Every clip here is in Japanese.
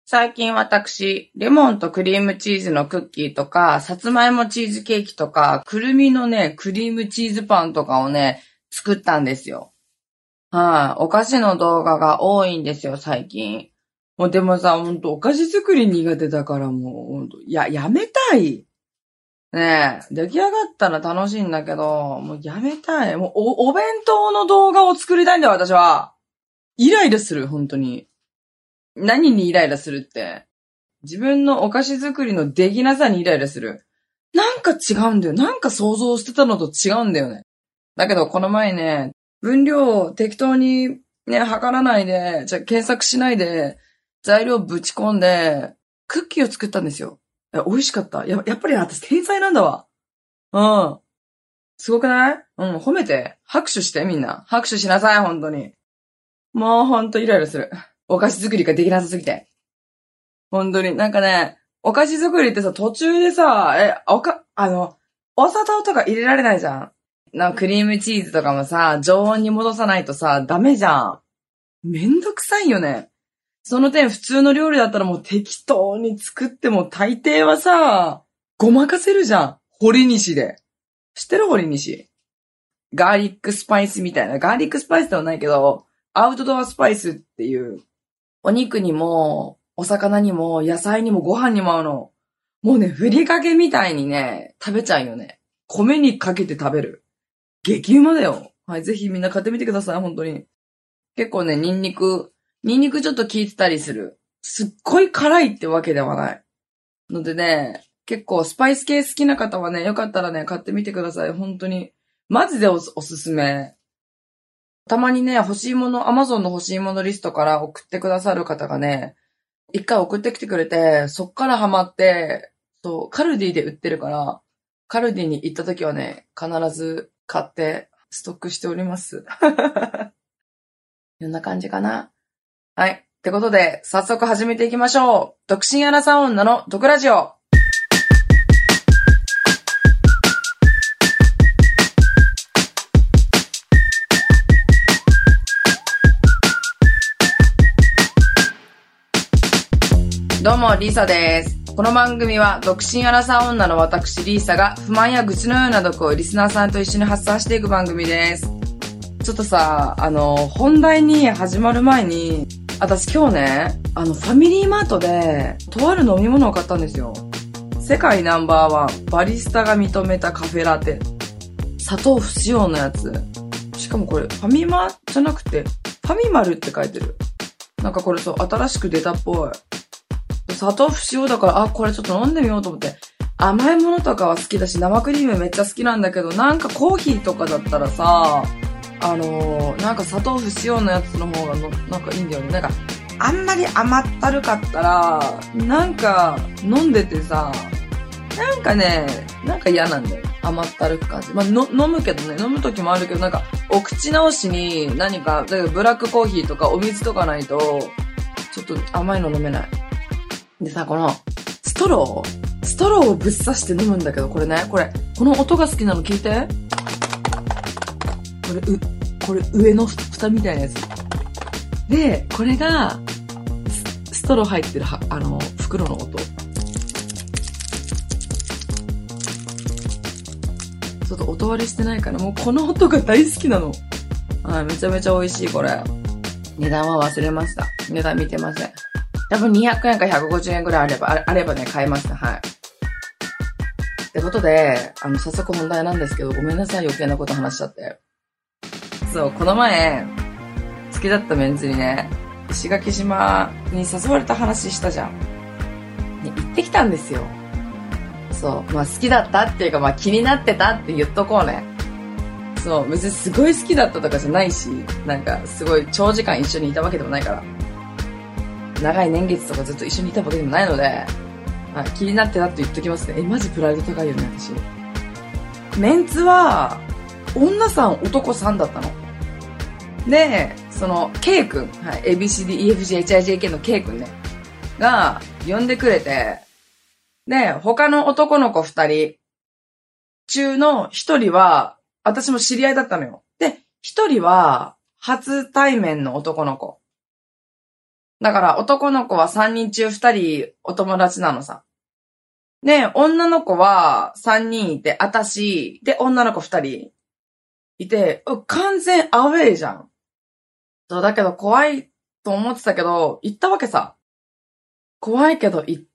最近私、レモンとクリームチーズのクッキーとか、さつまいもチーズケーキとか、くるみのね、クリームチーズパンとかをね、作ったんですよ。はい、お菓子の動画が多いんですよ、最近。もうでもさ、ほんとお菓子作り苦手だからもう、ほんと、やめたい。ねえ、出来上がったら楽しいんだけど、もうやめたい。もうお弁当の動画を作りたいんだよ、私は。イライラする、本当に。何にイライラするって。自分のお菓子作りのできなさにイライラする。なんか違うんだよ。なんか想像してたのと違うんだよね。だけどこの前ね、分量を適当にね、測らないで、検索しないで、材料ぶち込んで、クッキーを作ったんですよ。美味しかった。やっぱり私天才なんだわ。うん。すごくない？褒めて。拍手してみんな。拍手しなさい、本当に。もう本当イライラする。お菓子作りができなさすぎて。本当に。なんかね、お菓子作りってさ、途中でさ、お砂糖とか入れられないじゃん。クリームチーズとかもさ、常温に戻さないとさ、ダメじゃん。めんどくさいよね。その点、普通の料理だったらもう適当に作っても大抵はさ、ごまかせるじゃん。堀西で。知ってる堀西？ガーリックスパイスみたいな。ガーリックスパイスではないけど、アウトドアスパイスっていう、お肉にも、お魚にも、野菜にも、ご飯にも合うの。もうね、ふりかけみたいにね、食べちゃうよね。米にかけて食べる。激うまだよ。はい、ぜひみんな買ってみてください、本当に。結構ね、ニンニクちょっと効いてたりする。すっごい辛いってわけではない。のでね、結構スパイス系好きな方はね、よかったらね、買ってみてください、本当に。マジでおすすめ。たまにね、欲しいもの、Amazon の欲しいものリストから送ってくださる方がね、一回送ってきてくれて、そっからハマって、そう、カルディで売ってるから、カルディに行った時はね、必ず買ってストックしております。こんな感じかな。はい。ってことで、早速始めていきましょう。独身アラサー女の毒ラジオ。どうも、リーサです。この番組は、独身アラサー女の私、リーサが、不満や愚痴のような毒をリスナーさんと一緒に発散していく番組です。ちょっとさ、本題に始まる前に、私今日ね、ファミリーマートで、とある飲み物を買ったんですよ。世界ナンバーワン、バリスタが認めたカフェラテ。砂糖不使用のやつ。しかもこれ、ファミマじゃなくて、ファミマルって書いてる。なんかこれそう、新しく出たっぽい。砂糖不使用だから、これちょっと飲んでみようと思って。甘いものとかは好きだし、生クリームめっちゃ好きなんだけど、なんかコーヒーとかだったらさ、なんか砂糖不使用のやつの方がなんかいいんだよね。なんか、あんまり甘ったるかったら、なんか飲んでてさ、なんかね、なんか嫌なんだよ。甘ったるく感じ。まあ、飲むけどね、飲む時もあるけど、なんか、お口直しに何か、だからブラックコーヒーとかお水とかないと、ちょっと甘いの飲めない。でさ、この、ストローをぶっ刺して飲むんだけど、これね、この音が好きなの聞いて。これ上の蓋みたいなやつ。で、これが、ストロー入ってる袋の音。ちょっと音割れしてないから、もうこの音が大好きなの。はい、めちゃめちゃ美味しい、これ。値段は忘れました。値段見てません。多分200円か150円ぐらいあればね、買えますね。はい。ってことで、早速本題なんですけど、ごめんなさい、余計なこと話しちゃって。そう、この前、好きだったメンズにね、石垣島に誘われた話したじゃん。ね、行ってきたんですよ。そう、まあ好きだったっていうか、まあ気になってたって言っとこうね。そう、別にすごい好きだったとかじゃないし、なんかすごい長時間一緒にいたわけでもないから。長い年月とかずっと一緒にいたわけでもないので、気になってたって言っときますね。マジプライド高いよね、私。メンツは、女さん、男さんだったの。で、K 君、はい、ABCDEFGHIJK の K 君ね、が、呼んでくれて、で、他の男の子2人中の1人は、私も知り合いだったのよ。で、1人は、初対面の男の子。 だから男の子は3人中2人お友達なのさ。で、女の子は3人いて、私、で、女の子2人いて、完全アウェイじゃん。そう、だけど怖いと思ってたけど、行ったわけさ。怖いけど行って、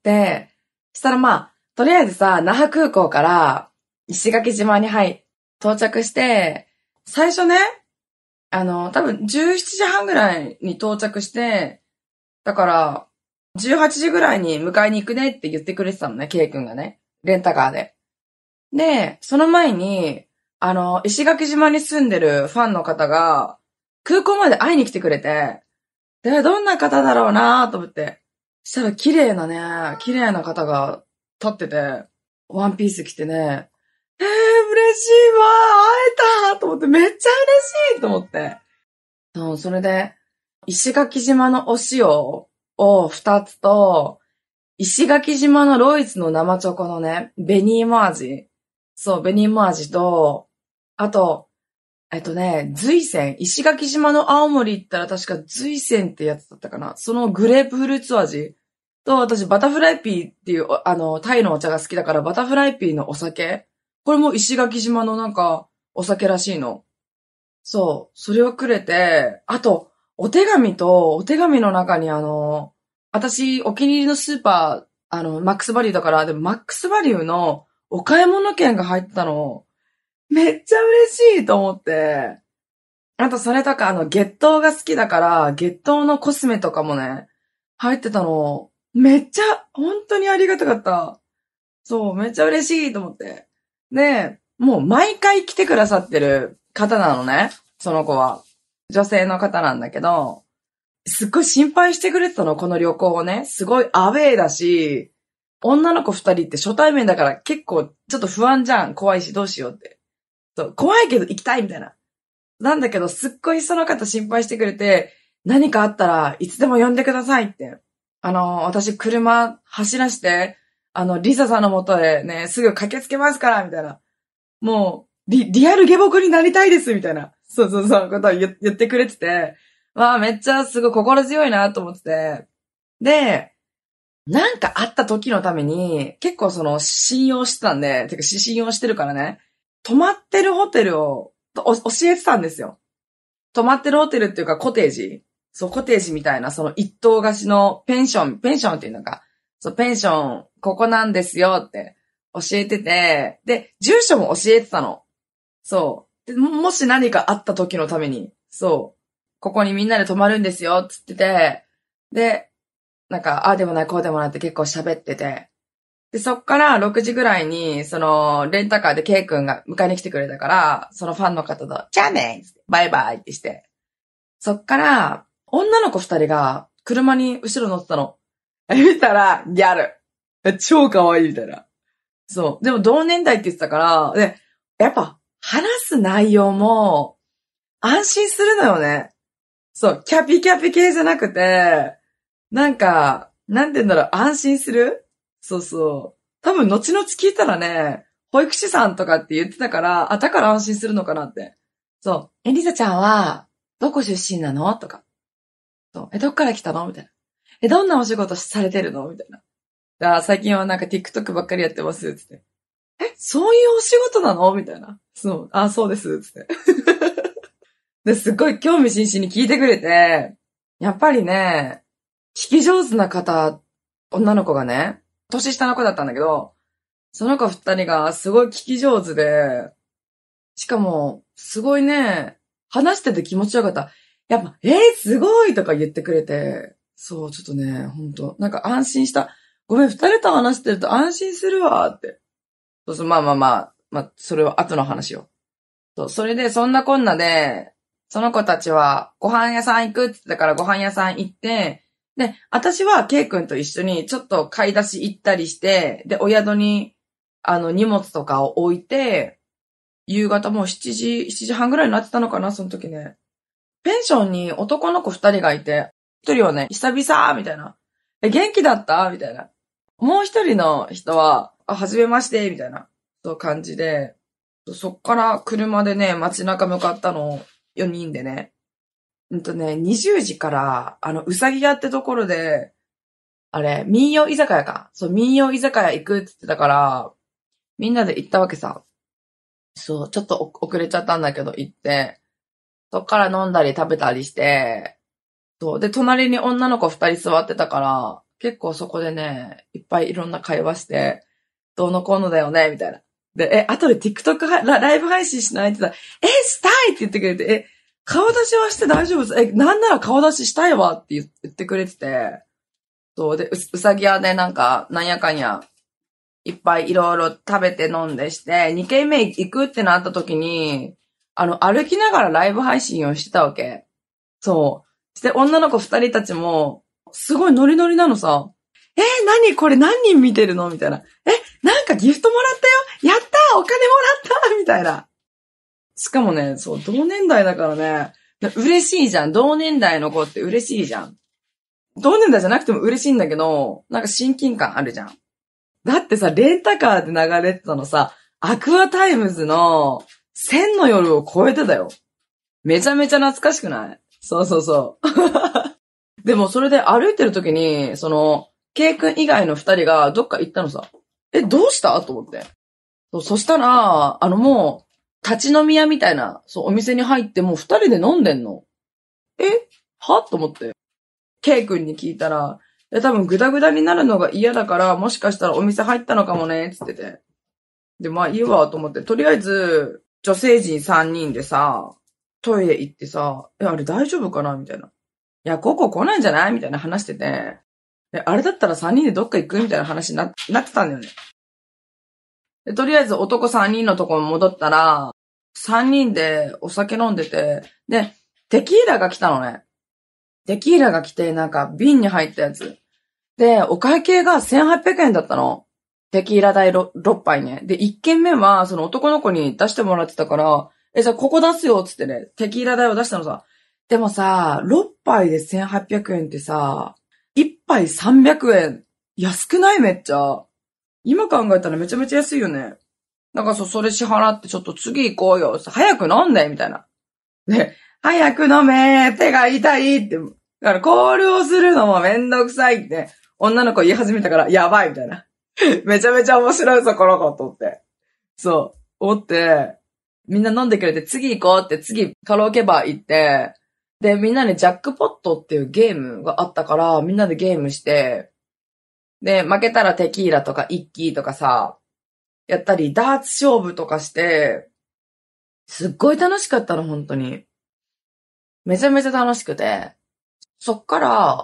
したらまあ、とりあえずさ、那覇空港から石垣島に到着して、最初ね、多分17時半ぐらいに到着して、だから、18時ぐらいに迎えに行くねって言ってくれてたのね、ケイ君がね。レンタカーで。で、その前に、石垣島に住んでるファンの方が、空港まで会いに来てくれて、で、どんな方だろうなと思って。したら綺麗な方が立ってて、ワンピース着てね、嬉しいわ会えたと思って、めっちゃ嬉しいと思って。そう、それで、石垣島のお塩を2つと、石垣島のロイズの生チョコのね、紅芋味。そう、紅芋味と、あと、瑞泉。石垣島の青森行ったら確か瑞泉ってやつだったかな。そのグレープフルーツ味。と、私バタフライピーっていう、タイのお茶が好きだからバタフライピーのお酒。これも石垣島のなんか、お酒らしいの。そう、それをくれて、あと、お手紙の中に私、お気に入りのスーパー、マックスバリューだから、でもマックスバリューのお買い物券が入ってたの。めっちゃ嬉しいと思って。あと、それとか、月桃が好きだから、月桃のコスメとかもね、入ってたの。めっちゃ、本当にありがたかった。そう、めっちゃ嬉しいと思って。で、もう毎回来てくださってる方なのね。その子は。女性の方なんだけど、すっごい心配してくれてたの、この旅行をね。すごいアウェーだし、女の子二人って初対面だから結構ちょっと不安じゃん。怖いしどうしようって。そう、怖いけど行きたいみたいな。なんだけど、すっごいその方心配してくれて、何かあったらいつでも呼んでくださいって。私車走らして、リサさんの元でね、すぐ駆けつけますから、みたいな。もう、リアル下僕になりたいです、みたいな。そう、ことを言ってくれてて、わあ、めっちゃすごい心強いなと思ってて。で、なんかあった時のために、結構信用してたんで、てか信用してるからね、泊まってるホテルを教えてたんですよ。泊まってるホテルっていうかコテージ。そう、コテージみたいな、その一棟貸しのペンションっていうのか。そう、ペンション、ここなんですよって教えてて、で、住所も教えてたの。そう。で、もし何かあった時のために、そう。ここにみんなで泊まるんですよ、つってて、で、なんか、ああでもない、こうでもないって結構喋ってて、で、そっから6時ぐらいに、レンタカーで K 君が迎えに来てくれたから、そのファンの方と、じゃあねバイバイってして。そっから、女の子2人が車に後ろ乗ってたの。見たら、ギャル。超可愛いみたいな。そう。でも同年代って言ってたから、で、やっぱ、話す内容も、安心するのよね。そう、キャピキャピ系じゃなくて、なんか、なんて言うんだろう、安心するそうそう。多分、後々聞いたらね、保育士さんとかって言ってたから、だから安心するのかなって。そう。リサちゃんは、どこ出身なのとか。そう。どっから来たのみたいな。どんなお仕事されてるのみたいな。最近はなんか TikTok ばっかりやってます、つって。そういうお仕事なのみたいな。そう。そうです、つって。で、すっごい興味津々に聞いてくれて、やっぱりね、聞き上手な方、女の子がね、年下の子だったんだけど、その子二人がすごい聞き上手で、しかも、すごいね、話してて気持ちよかった。やっぱ、すごいとか言ってくれて、そう、ちょっとね、ほんと、なんか安心した。ごめん、二人と話してると安心するわ、って。そうそう、まあ、それは後の話よ。そう、それで、そんなこんなで、その子たちは、ご飯屋さん行くって言ってたからご飯屋さん行って、で、私はケイ君と一緒にちょっと買い出し行ったりして、で、お宿に、荷物とかを置いて、夕方もう7時半ぐらいになってたのかな、その時ね。ペンションに男の子二人がいて、一人はね、久々みたいな。元気だったみたいな。もう一人の人は、はじめまして、みたいな、そう感じで、そっから車でね、街中向かったの、4人でね。 20時から、うさぎ屋ってところで、民謡居酒屋か。そう、民謡居酒屋行くって言ってたから、みんなで行ったわけさ。そう、ちょっと遅れちゃったんだけど行って、そっから飲んだり食べたりして、そう、で、隣に女の子2人座ってたから、結構そこでね、いっぱいいろんな会話して、どうのこうのだよね、みたいな。で、後で TikTok ライブ配信しないって言ったら、したいって言ってくれて、顔出しはして大丈夫です。なんなら顔出ししたいわって言ってくれてて、そう、で、うさぎ屋でなんやかんや、いっぱいいろいろ食べて飲んでして、2軒目行くってなった時に、歩きながらライブ配信をしてたわけ。そう。して、女の子2人たちも、すごいノリノリなのさ。何これ何人見てるのみたいな。なんかギフトもらったよやったお金もらったみたいな。しかもね、そう、同年代だからね、嬉しいじゃん。同年代の子って嬉しいじゃん。同年代じゃなくても嬉しいんだけど、なんか親近感あるじゃん。だってさ、レンタカーで流れてたのさ、アクアタイムズの千の夜を超えてたよ。めちゃめちゃ懐かしくない？そうそうそう。でもそれで歩いてる時に、ケイ君以外の二人がどっか行ったのさ。どうしたと思って。そしたら、もう、立ち飲み屋みたいな、そう、お店に入ってもう二人で飲んでんの。はと思って。ケイ君に聞いたら、多分グダグダになるのが嫌だから、もしかしたらお店入ったのかもね、つってて。で、まあいいわ、と思って。とりあえず、女性陣3人でさ、トイレ行ってさ、あれ大丈夫かなみたいな。いや、ここ来ないんじゃないみたいな話してて。あれだったら3人でどっか行くみたいな話になってたんだよね。で、とりあえず男3人のとこに戻ったら、3人でお酒飲んでて、で、テキーラが来たのね。テキーラが来て、なんか瓶に入ったやつ。で、お会計が1800円だったの。テキーラ代 6杯ね。で、1軒目は、その男の子に出してもらってたから、じゃあここ出すよ、つってね、テキーラ代を出したのさ。でもさ、6杯で1800円ってさ、1杯300円。安くないめっちゃ。今考えたらめちゃめちゃ安いよね。なんかそれ支払ってちょっと次行こうよ。早く飲んでみたいな。で、早く飲め手が痛いって。だからコールをするのもめんどくさいって、女の子言い始めたから、やばいみたいな。めちゃめちゃ面白いぞ、この子と思って。そう。思って、みんな飲んでくれて次行こうって次カラオケバー行って、で、みんなでジャックポットっていうゲームがあったから、みんなでゲームして、で、負けたらテキーラとかイッキーとかさ、やったり、ダーツ勝負とかして、すっごい楽しかったの、本当に。めちゃめちゃ楽しくて。そっから、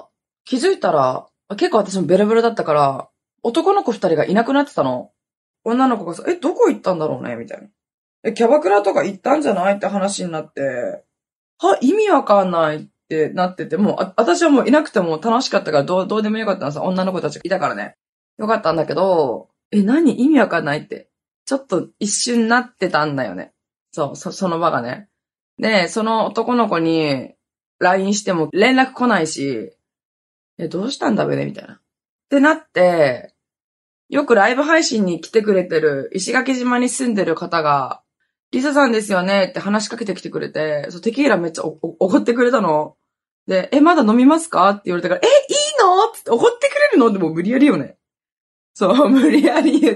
気づいたら、結構私もベロベロだったから、男の子2人がいなくなってたの。女の子がさ、どこ行ったんだろうねみたいな。キャバクラとか行ったんじゃないって話になって、意味わかんないってなってて、もう、私はもういなくても楽しかったからどうでもよかったのさ、女の子たちがいたからね。よかったんだけど、何意味わかんないって。ちょっと一瞬なってたんだよね。そう、その場がね。で、その男の子に LINE しても連絡来ないし、どうしたんだべねみたいな。ってなって、よくライブ配信に来てくれてる石垣島に住んでる方が、リサさんですよねって話しかけてきてくれて、テキーラめっちゃおごってくれたの。で、まだ飲みますかって言われたから、いいのっておごってくれるのでも無理やりよね。そう、無理やり言って、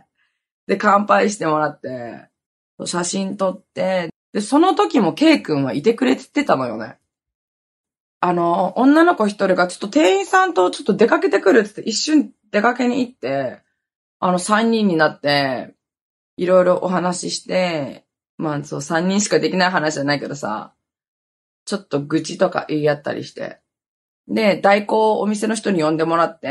で、乾杯してもらって、写真撮って、で、その時もケイ君はいてくれてたのよね。女の子一人がちょっと店員さんとちょっと出かけてくるって一瞬出かけに行って、三人になって、いろいろお話しして、まあそう、三人しかできない話じゃないけどさ、ちょっと愚痴とか言い合ったりして。で、代行お店の人に呼んでもらって、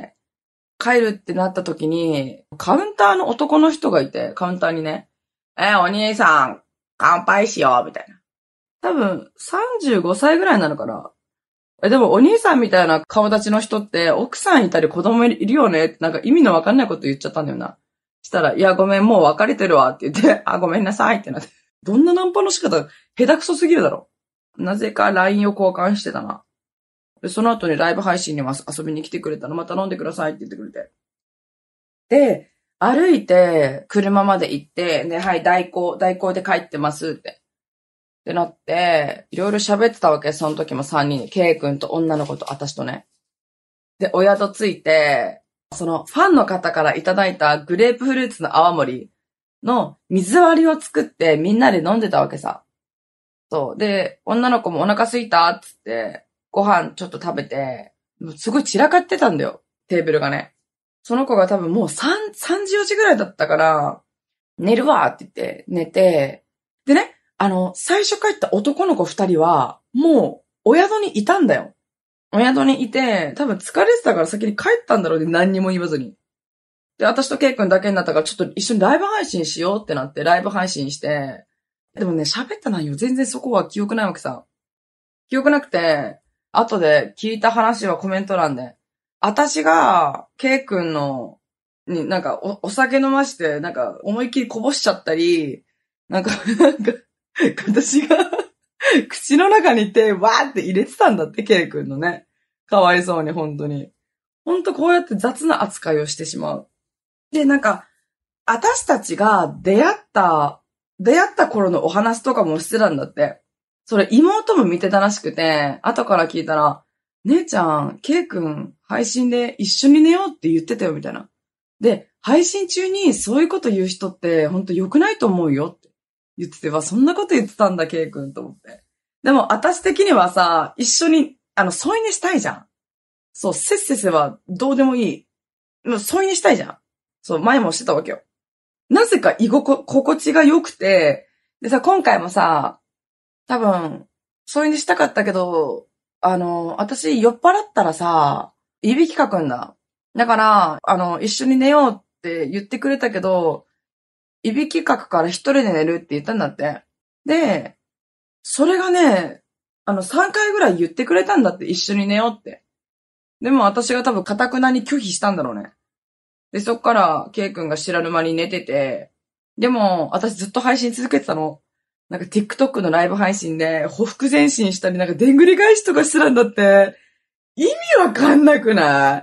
帰るってなった時に、カウンターの男の人がいて、カウンターにね、お兄さん、乾杯しよう、みたいな。多分、35歳ぐらいなのかな。でもお兄さんみたいな顔立ちの人って奥さんいたり子供いるよねってなんか意味のわかんないこと言っちゃったんだよな。したら、いやごめんもう別れてるわって言って、ごめんなさいってなって。どんなナンパの仕方、下手くそすぎるだろ。なぜか LINE を交換してたな。で、その後にライブ配信にも遊びに来てくれたの、また飲んでくださいって言ってくれて。で、歩いて車まで行って、で、はい、代行で帰ってますって。 ってなって、いろいろ喋ってたわけ、その時も3人で。ケイ君と女の子と私とね。で、お宿ついて、そのファンの方からいただいたグレープフルーツの泡盛の水割りを作ってみんなで飲んでたわけさ。そう。で、女の子もお腹空いたっつって、ご飯ちょっと食べて、すごい散らかってたんだよ。テーブルがね。その子が多分もう3時4時ぐらいだったから、寝るわって言って寝て、でね、最初帰った男の子2人は、もうお宿にいたんだよ。お宿にいて、多分疲れてたから先に帰ったんだろうね、何にも言わずに。で、私とケイ君だけになったから、ちょっと一緒にライブ配信しようってなって、ライブ配信して、でもね、喋った内容全然そこは記憶ないわけさ。記憶なくて、後で聞いた話はコメント欄で、私が、ケイ君になんかお酒飲まして、なんか思いっきりこぼしちゃったり、なんか私が口の中に手わーって入れてたんだって、ケイ君のね。かわいそうに、本当に。本当こうやって雑な扱いをしてしまう。で、なんか、私たちが出会った頃のお話とかもしてたんだって。それ妹も見てたらしくて、後から聞いたら、姉ちゃん、ケイ君、配信で一緒に寝ようって言ってたよ、みたいな。で、配信中にそういうこと言う人って本当良くないと思うよって言ってて、そんなこと言ってたんだ、ケイ君と思って。でも私的にはさ、一緒に、添い寝したいじゃん。そう、せっせせはどうでもいい。もう添い寝したいじゃん。そう、前もしてたわけよ。なぜか心地が良くて、でさ、今回もさ、多分、添い寝したかったけど、私酔っ払ったらさ、いびきかくんだ。だから、一緒に寝ようって言ってくれたけど、いびきかくから一人で寝るって言ったんだって。で、それがね、3回ぐらい言ってくれたんだって、一緒に寝ようって。でも私が多分堅くなに拒否したんだろうね。で、そっから、ケイ君が知らぬ間に寝てて、でも、私ずっと配信続けてたの。なんか TikTok のライブ配信で、ほふ前進したり、なんかでんぐり返しとかしてたんだって。意味わかんなくない？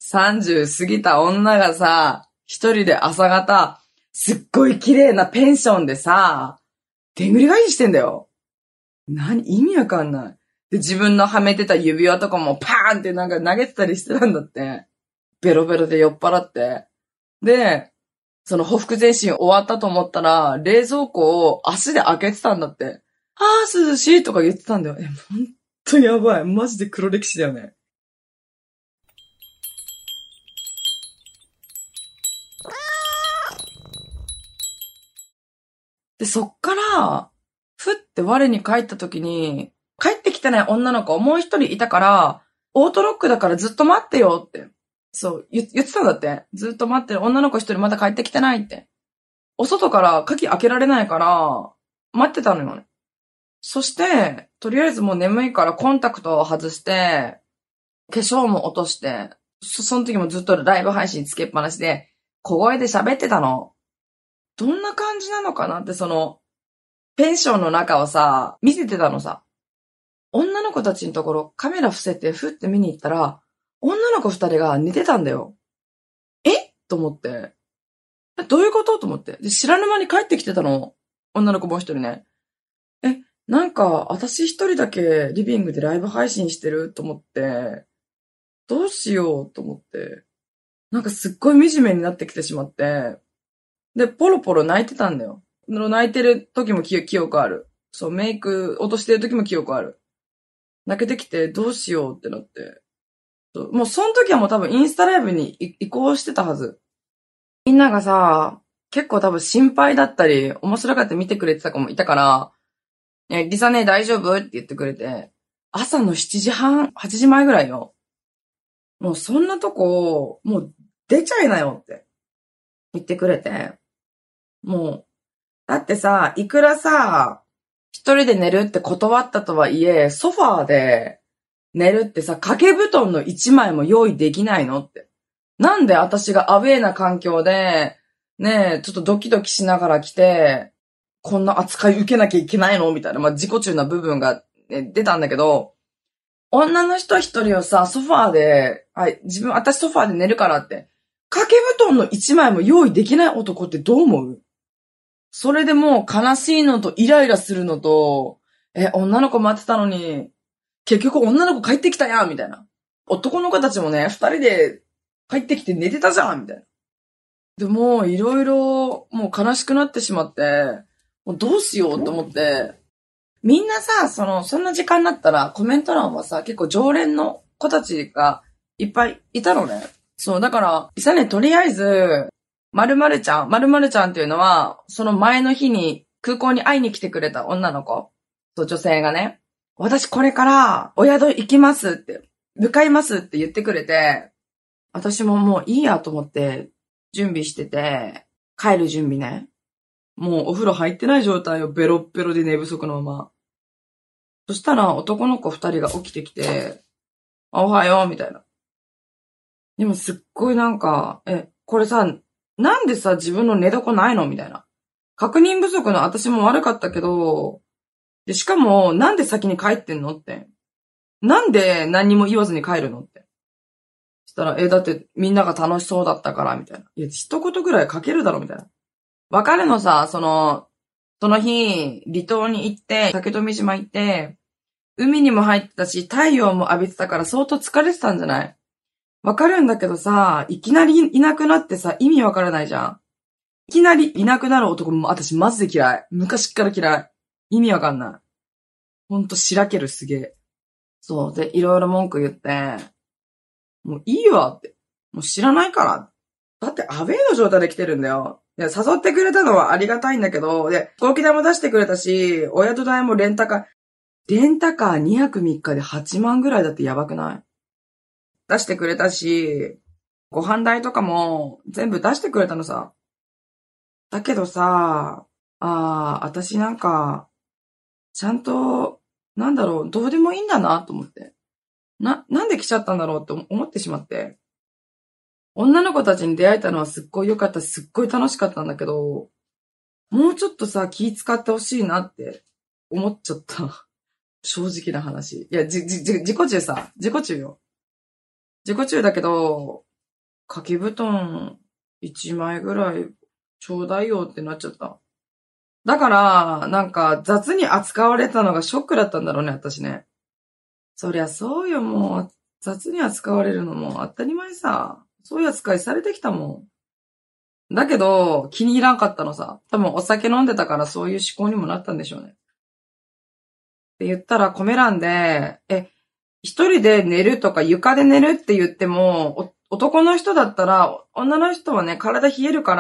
30 過ぎた女がさ、一人で朝方、すっごい綺麗なペンションでさ、でんぐり返ししてんだよ。意味わかんない。で、自分のはめてた指輪とかもパーンってなんか投げてたりしてたんだって。ベロベロで酔っ払って。で、そのほふ前進終わったと思ったら、冷蔵庫を足で開けてたんだって。あー、涼しいとか言ってたんだよ。ほんとやばい。マジで黒歴史だよね。で、そっから、ふって我に帰った時に、帰ってきてない女の子もう一人いたから、オートロックだからずっと待ってよって。そう、言ってたんだって。ずっと待ってる。女の子一人まだ帰ってきてないって。お外から鍵開けられないから、待ってたのよね。そして、とりあえずもう眠いからコンタクトを外して、化粧も落として、その時もずっとライブ配信つけっぱなしで、小声で喋ってたの。どんな感じなのかなって、ペンションの中をさ、見せてたのさ。女の子たちのところカメラ伏せてふって見に行ったら、女の子二人が寝てたんだよ。と思って。どういうことと思って。で、知らぬ間に帰ってきてたの。女の子もう一人ね。なんか、私一人だけリビングでライブ配信してると思って、どうしようと思って。なんかすっごい惨めになってきてしまって。で、ポロポロ泣いてたんだよ。泣いてる時も記憶ある。そう、メイク落としてる時も記憶ある。泣けてきてどうしようってなって。もうその時はもう多分インスタライブに移行してたはず。みんながさ、結構多分心配だったり、面白かった見てくれてた子もいたから、リサね、大丈夫って言ってくれて、朝の7時半、8時前ぐらいよ。もうそんなとこ、もう出ちゃいなよって言ってくれて。もう、だってさ、いくらさ、一人で寝るって断ったとはいえ、ソファーで寝るってさ、掛け布団の一枚も用意できないのって。なんで私がアウェーな環境で、ねえ、ちょっとドキドキしながら来て、こんな扱い受けなきゃいけないのみたいな、自己中な部分が、ね、出たんだけど、女の人一人をさ、ソファーで、私ソファーで寝るからって、掛け布団の一枚も用意できない男ってどう思う？ それでもう悲しいのとイライラするのと、女の子待ってたのに、結局女の子帰ってきたやんみたいな。男の子たちもね、二人で帰ってきて寝てたじゃんみたいな。でも、いろいろ、もう悲しくなってしまって、もうどうしようと思って、みんなさ、そんな時間になったら、コメント欄はさ、結構常連の子たちがいっぱいいたのね。そう、だから、いさね、とりあえず、〇〇ちゃんっていうのは、その前の日に空港に会いに来てくれた女の子。そう、女性がね。私これからお宿行きますって、向かいますって言ってくれて、私ももういいやと思って準備してて、帰る準備ね。もうお風呂入ってない状態をベロッベロで寝不足のまま。そしたら男の子二人が起きてきて、おはようみたいな。でもすっごいなんか、これさ、なんでさ自分の寝床ないのみたいな。確認不足の私も悪かったけど、で、しかもなんで先に帰ってんのって。なんで何にも言わずに帰るのって。そしたら、だってみんなが楽しそうだったから、みたいな。いや、一言ぐらい書けるだろ、みたいな。わかるのさ、その日、離島に行って、竹富島行って、海にも入ってたし、太陽も浴びてたから相当疲れてたんじゃない？わかるんだけどさ、いきなりいなくなってさ、意味わからないじゃん。いきなりいなくなる男も私マジで嫌い。昔っから嫌い。意味わかんない。ほんとしらけるすげえ。そう。で、いろいろ文句言って、もういいわって。もう知らないから。だってアウェイの状態で来てるんだよ。いや、誘ってくれたのはありがたいんだけど、で、飛行機代も出してくれたし、お宿代もレンタカー2泊3日で8万ぐらいだってやばくない？出してくれたし、ご飯代とかも全部出してくれたのさ。だけどさ、私なんか、ちゃんと、なんだろう、どうでもいいんだなと思って。なんで来ちゃったんだろうって思ってしまって。女の子たちに出会えたのはすっごい良かったし、すっごい楽しかったんだけど、もうちょっとさ、気使ってほしいなって思っちゃった。正直な話。いや、自己中さ、自己中よ。自己中だけど、掛け布団1枚ぐらいちょうだいよってなっちゃった。だから、なんか雑に扱われたのがショックだったんだろうね、私ね。そりゃそうよ、もう。雑に扱われるのも当たり前さ。そういう扱いされてきたもん。だけど、気に入らんかったのさ。多分お酒飲んでたからそういう思考にもなったんでしょうね。って言ったらコメ欄で、一人で寝るとか床で寝るって言っても、男の人だったら、女の人はね、体冷えるから、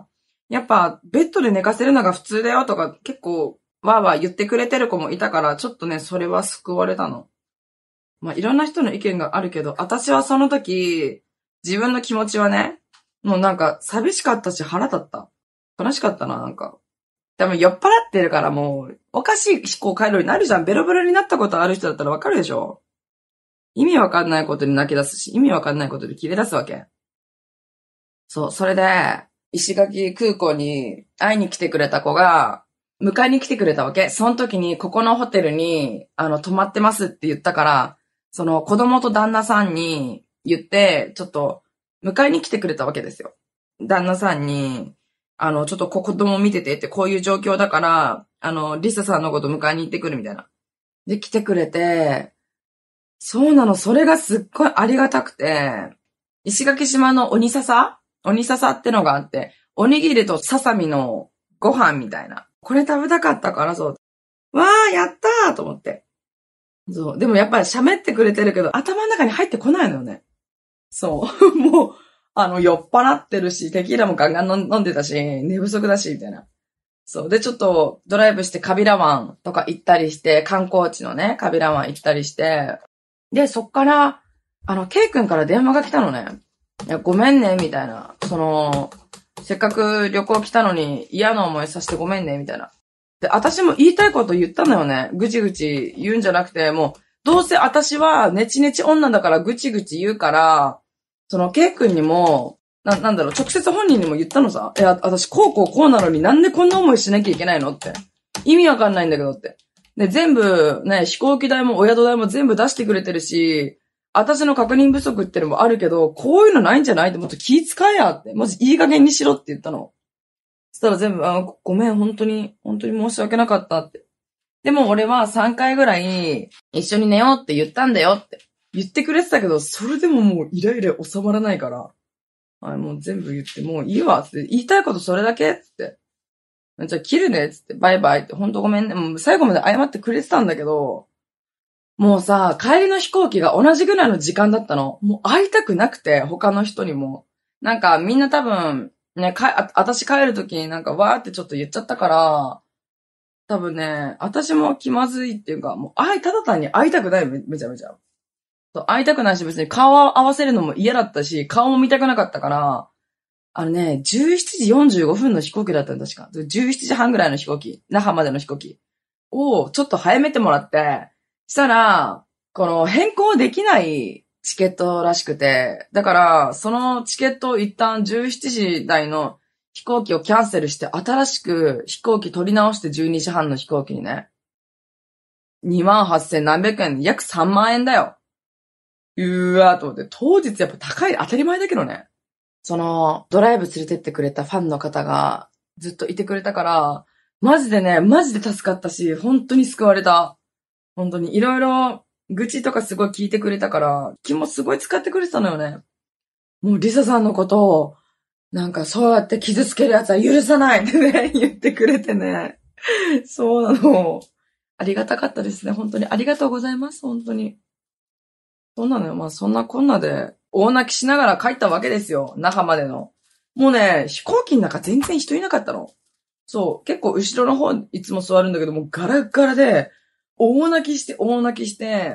やっぱベッドで寝かせるのが普通だよとか結構わーわー言ってくれてる子もいたから、ちょっとね、それは救われたの。まあ、いろんな人の意見があるけど、私はその時、自分の気持ちはね、もうなんか寂しかったし腹立った。悲しかったな、なんか。多分酔っ払ってるからもう、おかしい思考回路になるじゃん。ベロベロになったことある人だったらわかるでしょ？意味わかんないことに泣き出すし、意味わかんないことで切れ出すわけ。そう、それで、石垣空港に会いに来てくれた子が、迎えに来てくれたわけ。その時に、ここのホテルに、泊まってますって言ったから、その子供と旦那さんに言って、ちょっと、迎えに来てくれたわけですよ。旦那さんに、ちょっと子供見ててってこういう状況だから、リサさんのこと迎えに行ってくるみたいな。で、来てくれて、そうなの、それがすっごいありがたくて、石垣島の鬼笹ってのがあって、おにぎりとささみのご飯みたいな。これ食べたかったからそう。わー、やったーと思って。そう。でもやっぱり喋ってくれてるけど、頭の中に入ってこないのよね。そう。もう、酔っ払ってるし、テキーラもガンガン飲んでたし、寝不足だし、みたいな。そう。で、ちょっとドライブしてカビラ湾とか行ったりして、観光地のね、カビラ湾行ったりして、で、そっから、ケイ君から電話が来たのね。いや、ごめんね、みたいな。せっかく旅行来たのに嫌な思いさせてごめんね、みたいな。で、私も言いたいこと言ったのよね。ぐちぐち言うんじゃなくて、もう、どうせ私はネチネチ女だからぐちぐち言うから、ケイ君にも、なんだろう、直接本人にも言ったのさ。私こうなのになんでこんな思いしなきゃいけないのって。意味わかんないんだけどって。で、全部、ね、飛行機代もお宿代も全部出してくれてるし、私の確認不足ってのもあるけど、こういうのないんじゃないってもっと気遣えやって。マジいい加減にしろって言ったの。 そしたら全部、ごめん、本当に申し訳なかったって。でも俺は3回ぐらい、一緒に寝ようって言ったんだよって言ってくれてたけど、それでももうイライラ収まらないから、はい、もう全部言って、もういいわって、言いたいことそれだけって。じゃあ切るねっつって、バイバイって、ほんとごめんね。もう最後まで謝ってくれてたんだけど、もうさ、帰りの飛行機が同じぐらいの時間だったの。もう会いたくなくて、他の人にも。なんかみんな多分、ね、私帰るときになんかわーってちょっと言っちゃったから、多分ね、私も気まずいっていうか、もうただ単に会いたくないめちゃめちゃ。会いたくないし別に顔を合わせるのも嫌だったし、顔も見たくなかったから、17時45分の飛行機だったんだ、確か。17時半ぐらいの飛行機。那覇までの飛行機。を、ちょっと早めてもらって、したら、この変更できないチケットらしくて、だから、そのチケットを一旦17時台の飛行機をキャンセルして、新しく飛行機取り直して12時半の飛行機にね。28,000何百円、約3万円だよ。うわーと思って、当日やっぱ高い、当たり前だけどね。その、ドライブ連れてってくれたファンの方がずっといてくれたから、マジで助かったし、本当に救われた。本当にいろいろ愚痴とかすごい聞いてくれたから、気もすごい使ってくれてたのよね。もうリサさんのことを、なんかそうやって傷つけるやつは許さないってね、言ってくれてね。そうなの。ありがたかったですね。本当にありがとうございます。本当に。そうなのよ。まあそんなこんなで、大泣きしながら帰ったわけですよ。那覇までの。もうね、飛行機の中全然人いなかったの。そう。結構後ろの方いつも座るんだけども、ガラガラで、大泣きして、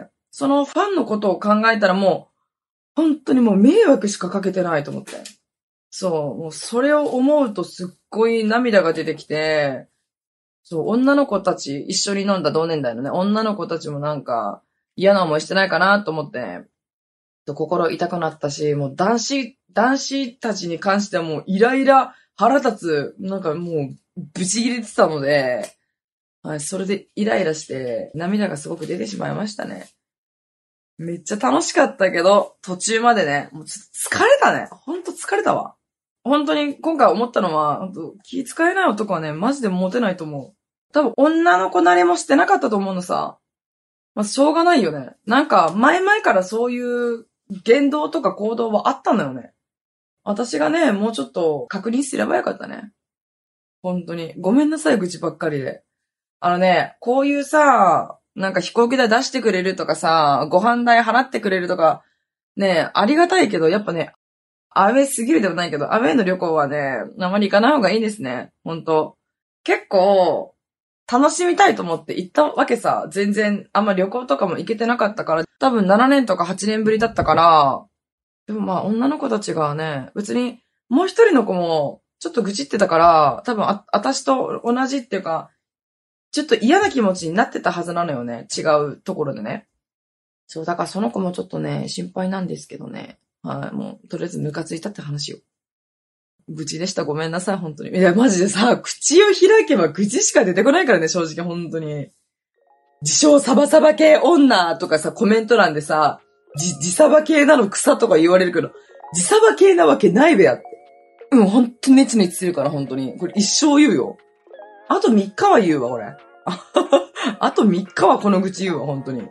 そのファンのことを考えたらもう、本当にもう迷惑しかかけてないと思って。そう。もうそれを思うとすっごい涙が出てきて、そう、女の子たち、一緒に飲んだ同年代のね、女の子たちもなんか嫌な思いしてないかなと思って、心痛くなったし、もう男子たちに関してはもうイライラ、腹立つ、なんかもう、ブチ切れてたので、はい、それでイライラして、涙がすごく出てしまいましたね。めっちゃ楽しかったけど、途中までね、もうちょっと疲れたね。ほんと疲れたわ。本当に今回思ったのは、気使えない男はね、マジでモテないと思う。多分女の子慣れもしてなかったと思うのさ。まあ、しょうがないよね。なんか、前々からそういう言動とか行動はあったのよね。私がね、もうちょっと確認すればよかったね。本当に。ごめんなさい、愚痴ばっかりで。こういうさ、なんか飛行機代出してくれるとかさ、ご飯代払ってくれるとか、ね、ありがたいけど、やっぱね、アウェイすぎるでもないけど、アウェイの旅行はね、あまり行かない方がいいですね。本当結構、楽しみたいと思って行ったわけさ。全然、あんま旅行とかも行けてなかったから、多分7年とか8年ぶりだったから、でもまあ女の子たちがね、別に、もう一人の子も、ちょっと愚痴ってたから、多分私と同じっていうか、ちょっと嫌な気持ちになってたはずなのよね。違うところでね。そう、だからその子もちょっとね、心配なんですけどね。はい、もう、とりあえずムカついたって話よ。愚痴でした。ごめんなさい、本当に。いや、マジでさ、口を開けば愚痴しか出てこないからね、正直、本当に。自称サバサバ系女とかさ、コメント欄でさ、自サバ系なの草とか言われるけど、自サバ系なわけないべやって。うん、本当にネチネチするから、本当に。これ一生言うよ。あと3日は言うわ、これ。あと3日はこの愚痴言うわ、本当に。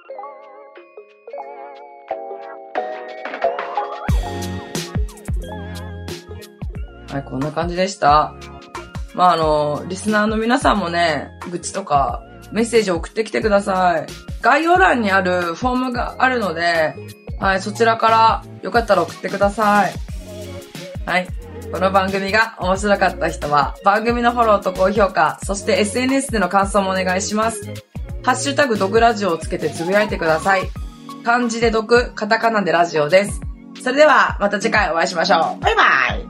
はい、こんな感じでした。まあ、リスナーの皆さんもね、愚痴とかメッセージを送ってきてください。概要欄にあるフォームがあるので、はい、そちらからよかったら送ってください。はい。この番組が面白かった人は、番組のフォローと高評価、そして SNS での感想もお願いします。ハッシュタグ毒ラジオをつけてつぶやいてください。漢字で毒、カタカナでラジオです。それでは、また次回お会いしましょう。バイバイ。